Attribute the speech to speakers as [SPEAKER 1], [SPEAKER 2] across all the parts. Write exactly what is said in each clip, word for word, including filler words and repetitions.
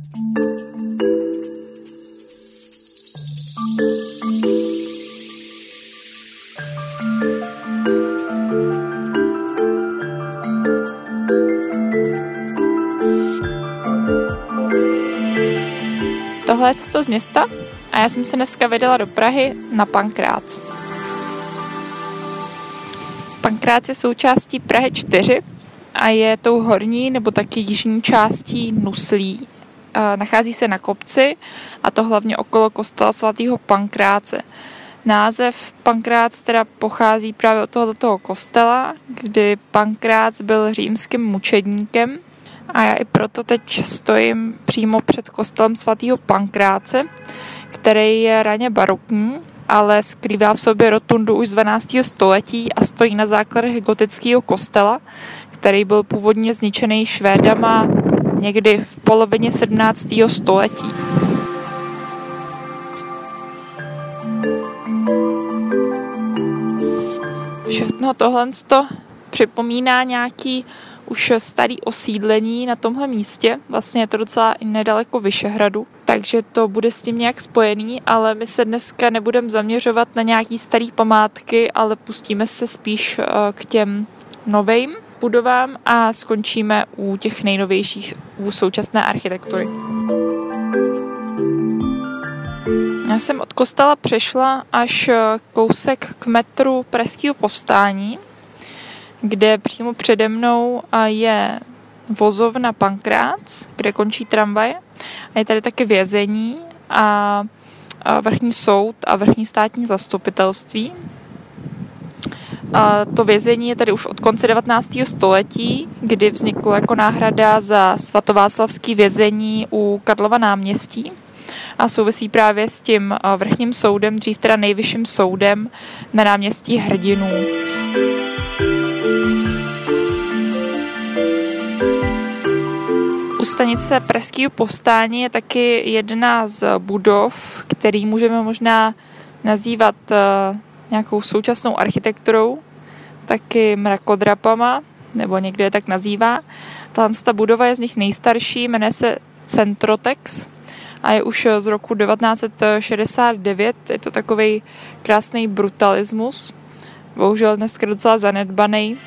[SPEAKER 1] Tohle je cesta z města a já jsem se dneska vydala do Prahy na Pankrác. Pankrác je součástí Prahy čtyři a je tou horní nebo taky jižní částí Nuslí. Nachází se na kopci a to hlavně okolo kostela svatého Pankráce. Název Pankrác teda pochází právě od tohoto kostela, kdy Pankrác byl římským mučedníkem a já i proto teď stojím přímo před kostelem svatého Pankráce, který je raně barokní, ale skrývá v sobě rotundu už z dvanáctého století a stojí na základech gotického kostela, který byl původně zničený Švédama někdy v polovině sedmnáctého století. Všechno tohle připomíná nějaký už starý osídlení na tomhle místě. Vlastně je to docela i nedaleko Vyšehradu, takže to bude s tím nějak spojený, ale my se dneska nebudeme zaměřovat na nějaký starý památky, ale pustíme se spíš k těm novým budovám a skončíme u těch nejnovějších, u současné architektury. Já jsem od kostela přešla až kousek k metru Pražského povstání, kde přímo přede mnou je vozovna Pankrác, kde končí tramvaje. A je tady taky vězení a vrchní soud a vrchní státní zastupitelství. A to vězení je tady už od konce devatenáctého století, kdy vzniklo jako náhrada za svatováclavský vězení u Karlova náměstí a souvisí právě s tím vrchním soudem, dřív teda nejvyšším soudem na náměstí Hrdinů. U stanice Pražského povstání je taky jedna z budov, který můžeme možná nazývat nějakou současnou architekturou, taky mrakodrapama, nebo někdo je tak nazývá. Tahle ta budova je z nich nejstarší, jmenuje se Centrotex a je už z roku devatenáct set šedesát devět. Je to takovej krásný brutalismus, bohužel dneska docela zanedbaný.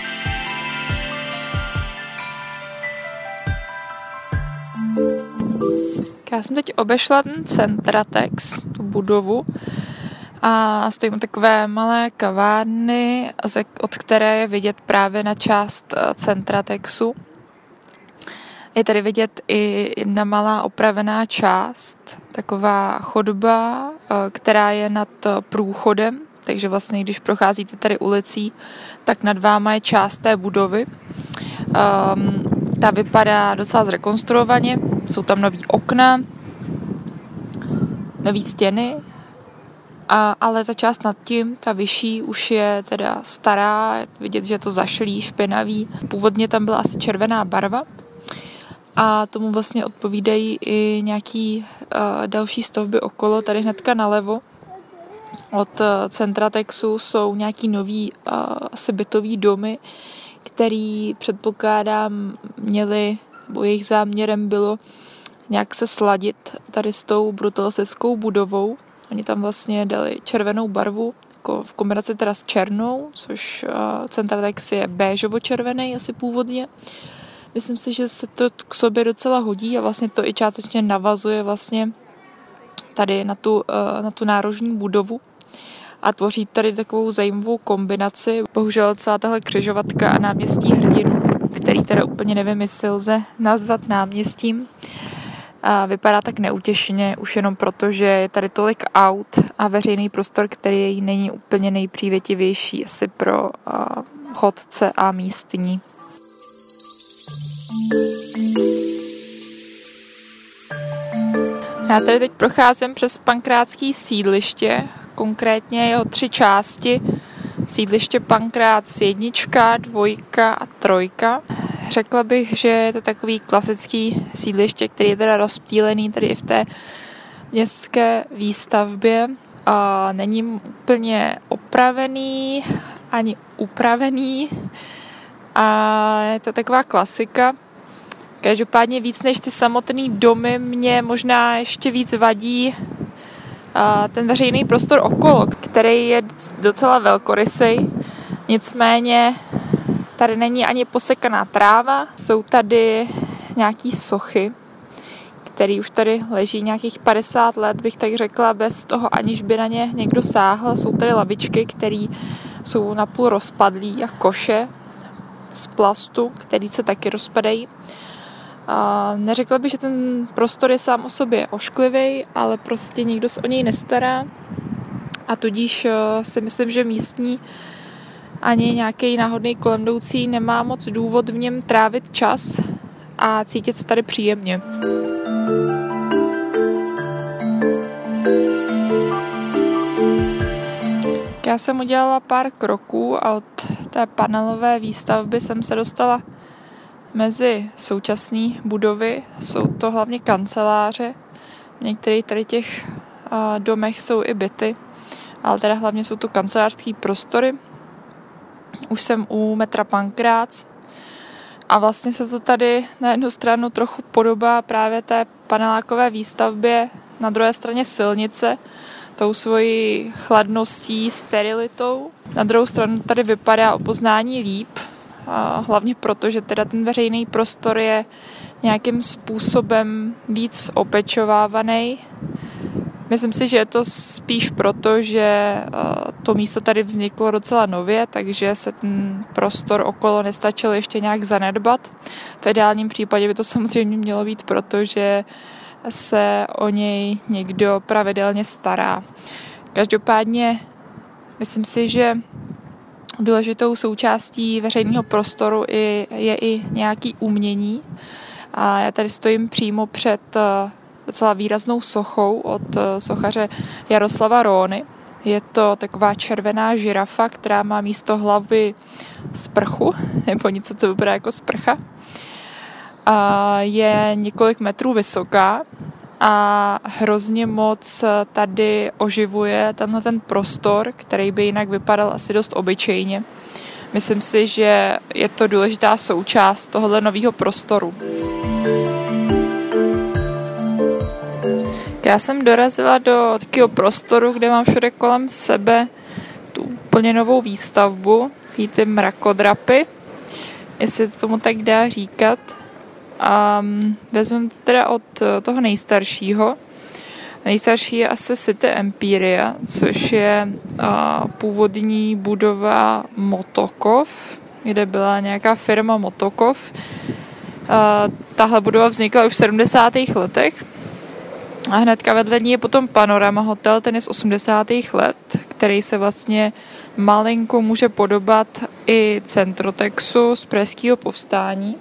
[SPEAKER 1] Já jsem teď obešla ten Centratex, tu budovu, a stojím u takové malé kavárny, od které je vidět právě na část Centratexu. Je tady vidět i jedna malá opravená část, taková chodba, která je nad průchodem, takže vlastně když procházíte tady ulicí, tak nad váma je část té budovy. Um, ta vypadá docela zrekonstruovaně, jsou tam nový okna, nový stěny, a, ale ta část nad tím, ta vyšší, už je teda stará, vidět, že je to zašlý, špinavý. Původně tam byla asi červená barva a tomu vlastně odpovídají i nějaký uh, další stavby okolo, tady hnedka nalevo. Od uh, Centratexu jsou nějaký nový uh, asi bytový domy, který předpokládám měli, nebo jejich záměrem bylo nějak se sladit tady s tou brutalistickou budovou. Oni tam vlastně dali červenou barvu, jako v kombinaci teda s černou, což uh, Centratex je béžovo-červený asi původně. Myslím si, že se to k sobě docela hodí a vlastně to i částečně navazuje vlastně tady na tu, uh, na tu nárožní budovu a tvoří tady takovou zajímavou kombinaci. Bohužel celá tahle křižovatka a náměstí Hrdinů, který teda úplně nevím, jestli lze nazvat náměstím, a vypadá tak neutěšně, už jenom proto, že je tady tolik aut a veřejný prostor, který není úplně nejpřívětivější asi pro uh, chodce a místní. Já tady teď procházím přes pankrátské sídliště, konkrétně jeho tři části. Sídliště Pankrác jednička, dvojka a trojka. Řekla bych, že je to takový klasický sídliště, který je teda rozptýlený tady i v té městské výstavbě. A není úplně opravený ani upravený. A je to taková klasika. Každopádně víc než ty samotné domy mě možná ještě víc vadí ten veřejný prostor okolo, který je docela velkorysej. Nicméně tady není ani posekaná tráva, jsou tady nějaký sochy, který už tady leží nějakých padesát let, bych tak řekla, bez toho, aniž by na ně někdo sáhl. Jsou tady lavičky, které jsou napůl rozpadlý a koše z plastu, který se taky rozpadají. A neřekla bych, že ten prostor je sám o sobě ošklivý, ale prostě nikdo se o něj nestará a tudíž si myslím, že místní ani nějaký náhodný kolem jdoucí nemá moc důvod v něm trávit čas a cítit se tady příjemně. Já jsem udělala pár kroků a od té panelové výstavby jsem se dostala mezi současné budovy. Jsou to hlavně kanceláře. V některých tady těch domech jsou i byty, ale teda hlavně jsou to kancelářské prostory. Už jsem u metra Pankrác a vlastně se to tady na jednu stranu trochu podobá právě té panelákové výstavbě, na druhé straně silnice, tou svojí chladností, sterilitou. Na druhou stranu tady vypadá o poznání líp, a hlavně proto, že teda ten veřejný prostor je nějakým způsobem víc opečovávaný. Myslím si, že je to spíš proto, že to místo tady vzniklo docela nově, takže se ten prostor okolo nestačil ještě nějak zanedbat. V ideálním případě by to samozřejmě mělo být proto, že se o něj někdo pravidelně stará. Každopádně myslím si, že důležitou součástí veřejného prostoru je i nějaký umění. A já tady stojím přímo před docela výraznou sochou od sochaře Jaroslava Róny. Je to taková červená žirafa, která má místo hlavy sprchu, nebo něco, co vypadá jako sprcha. A je několik metrů vysoká a hrozně moc tady oživuje tenhle ten prostor, který by jinak vypadal asi dost obyčejně. Myslím si, že je to důležitá součást tohohle nového prostoru. Já jsem dorazila do takového prostoru, kde mám všude kolem sebe tu úplně novou výstavbu, ty mrakodrapy, jestli to tomu tak dá říkat. A vezmeme to teda od toho nejstaršího. Nejstarší je asi City Empiria, což je a, původní budova Motokov, kde byla nějaká firma Motokov. A, tahle budova vznikla už v sedmdesátých letech. A hnedka vedle ní je potom Panorama Hotel, ten je z osmdesátých let, který se vlastně malinko může podobat i Centrotexu z Pražského povstání.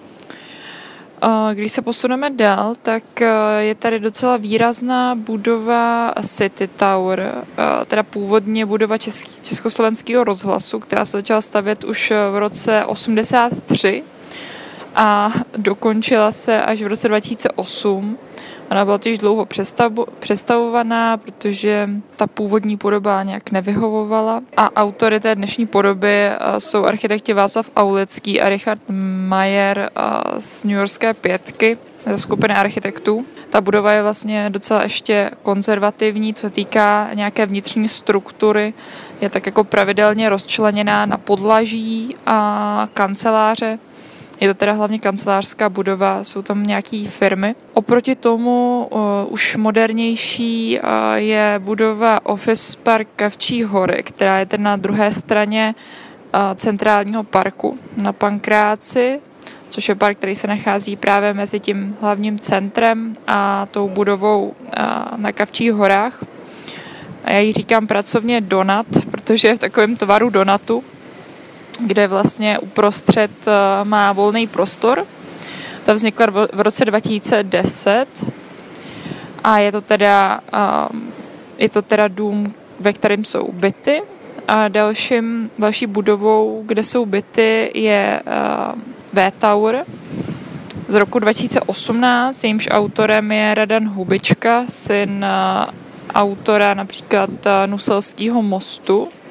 [SPEAKER 1] Když se posuneme dál, tak je tady docela výrazná budova City Tower, teda původně budova Český, Československého rozhlasu, která se začala stavět už v roce osmdesát tři a dokončila se až v roce dva tisíce osm. Ona byla totiž dlouho přestavovaná, protože ta původní podoba nějak nevyhovovala a autory té dnešní podoby jsou architekti Václav Aulický a Richard Mayer z newyorské pětky, ze skupiny architektů. Ta budova je vlastně docela ještě konzervativní, co se týká nějaké vnitřní struktury. Je tak jako pravidelně rozčleněná na podlaží a kanceláře. Je to teda hlavně kancelářská budova, jsou tam nějaký firmy. Oproti tomu uh, už modernější uh, je budova Office Park Kavčí hory, která je teda na druhé straně uh, centrálního parku na Pankráci, což je park, který se nachází právě mezi tím hlavním centrem a tou budovou uh, na Kavčích horách. A já jí říkám pracovně donut, protože je v takovém tvaru donatu, kde vlastně uprostřed má volný prostor. Ta vznikla v roce dva tisíce deset a je to teda, je to teda dům, ve kterém jsou byty. A dalším, další budovou, kde jsou byty, je V-Tower z roku dva tisíce osmnáct. Jejímž autorem je Radan Hubička, syn autora například Nuselského mostu.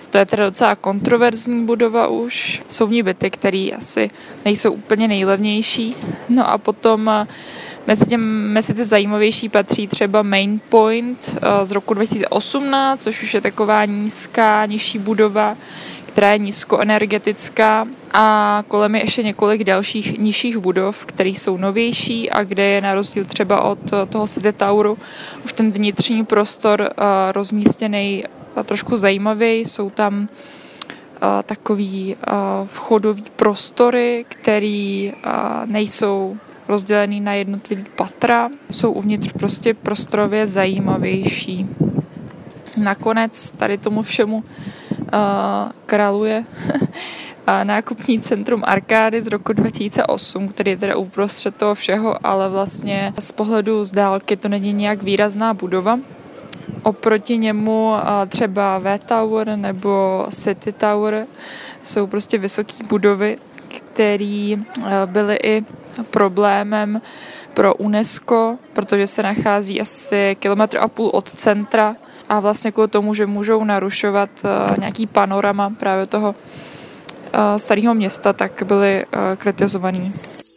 [SPEAKER 1] To je teda docela kontroverzní budova už. Jsou v ní byty, které asi nejsou úplně nejlevnější. No a potom mezi, těm, mezi ty zajímavější patří třeba Main Point z roku dva tisíce osmnáct, což už je taková nízká, nižší budova, která je nízkoenergetická, a kolem je ještě několik dalších nižších budov, které jsou novější a kde je na rozdíl třeba od toho City Toweru už ten vnitřní prostor uh, rozmístěný uh, trošku zajímavý. Jsou tam uh, takový uh, vchodový prostory, který uh, nejsou rozdělený na jednotlivý patra, jsou uvnitř prostě prostorově zajímavější. Nakonec tady tomu všemu uh, králuje nákupní centrum Arkády z roku dva tisíce osm, který je teda uprostřed toho všeho, ale vlastně z pohledu z dálky to není nějak výrazná budova. Oproti němu uh, třeba V-Tower nebo City Tower jsou prostě vysoké budovy, které uh, byly i problémem pro UNESCO, protože se nachází asi kilometr a půl od centra a vlastně kvůli tomu, že můžou narušovat uh, nějaký panorama právě toho uh, starého města, tak byly uh, kritizovaný.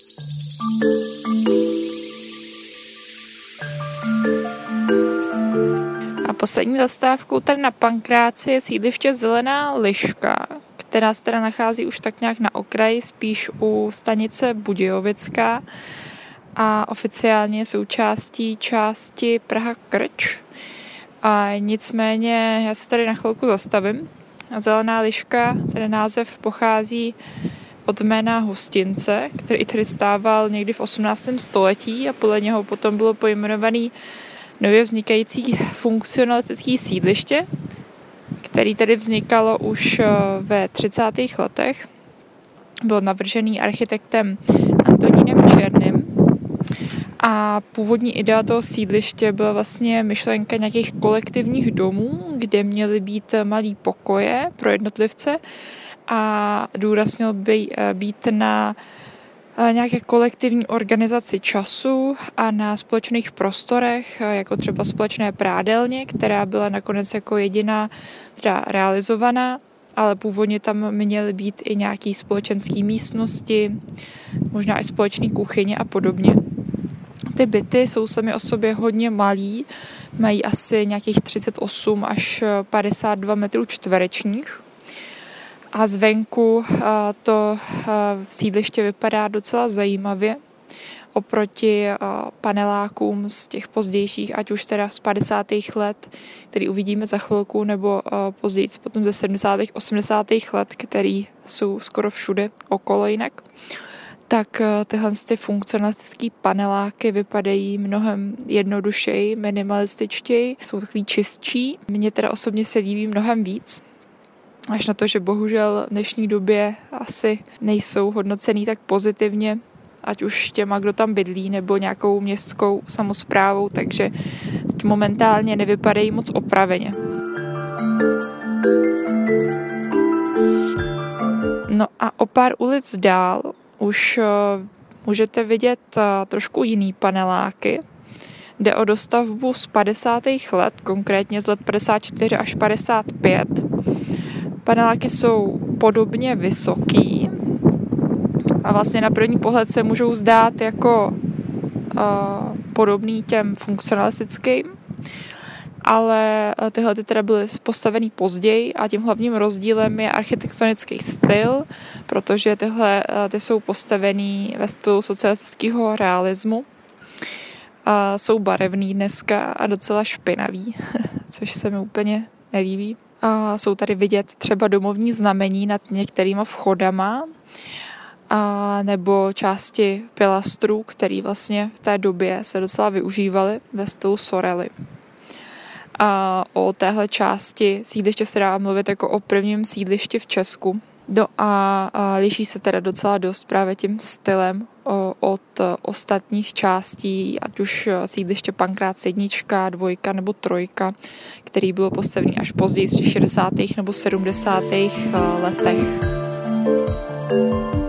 [SPEAKER 1] A poslední zastávkou tady na Pankráci je sídliště Zelená liška, která se teda nachází už tak nějak na okraji, spíš u stanice Budějovická a oficiálně je součástí části Praha Krč. A nicméně já se tady na chvilku zastavím. Zelená liška, ten název pochází od jména hostince, který tady stával někdy v osmnáctém století a podle něho potom bylo pojmenovaný nově vznikající funkcionalistické sídliště, který tady vznikalo už ve třicátých letech. Byl navržený architektem Antonínem Černým a původní idea toho sídliště byla vlastně myšlenka nějakých kolektivních domů, kde měly být malý pokoje pro jednotlivce a důraz měl by být na nějaké kolektivní organizaci času a na společných prostorech, jako třeba společné prádelně, která byla nakonec jako jediná teda realizovaná, ale původně tam měly být i nějaké společenské místnosti, možná i společné kuchyně a podobně. Ty byty jsou sami o sobě hodně malý, mají asi nějakých třicet osm až padesát dva metrů čtverečních. A zvenku to sídliště vypadá docela zajímavě oproti panelákům z těch pozdějších, ať už teda z padesátých let, který uvidíme za chvilku, nebo později potom ze sedmdesátých osmdesátých let, který jsou skoro všude okolo jinak. Tak tyhle ty funkcionalistické paneláky vypadají mnohem jednodušeji, minimalističtěji, jsou takový čistší. Mně teda osobně se líbí mnohem víc. Až na to, že bohužel v dnešní době asi nejsou hodnocený tak pozitivně, ať už těma, kdo tam bydlí, nebo nějakou městskou samosprávou, takže momentálně nevypadají moc opraveně. No a o pár ulic dál už uh, můžete vidět uh, trošku jiný paneláky. Jde o dostavbu z padesátých let, konkrétně z let padesát čtyři až padesát pět. Paneláky jsou podobně vysoký a vlastně na první pohled se můžou zdát jako uh, podobný těm funkcionalistickým, ale tyhle ty teda byly postavený později a tím hlavním rozdílem je architektonický styl, protože tyhle ty jsou postavený ve stylu socialistického realismu. A jsou barevný dneska a docela špinavý, což se mi úplně nelíbí. A jsou tady vidět třeba domovní znamení nad některýma vchodama a nebo části pilastrů, které vlastně v té době se docela využívaly ve stylu Sorely. A o téhle části sídliště se dá mluvit jako o prvním sídlišti v Česku. Do a, a liší se teda docela dost právě tím stylem o, od ostatních částí, ať už sídliště Pankrác jednička, dvojka nebo trojka, který bylo postavený až později v těch šedesátých nebo sedmdesátých letech.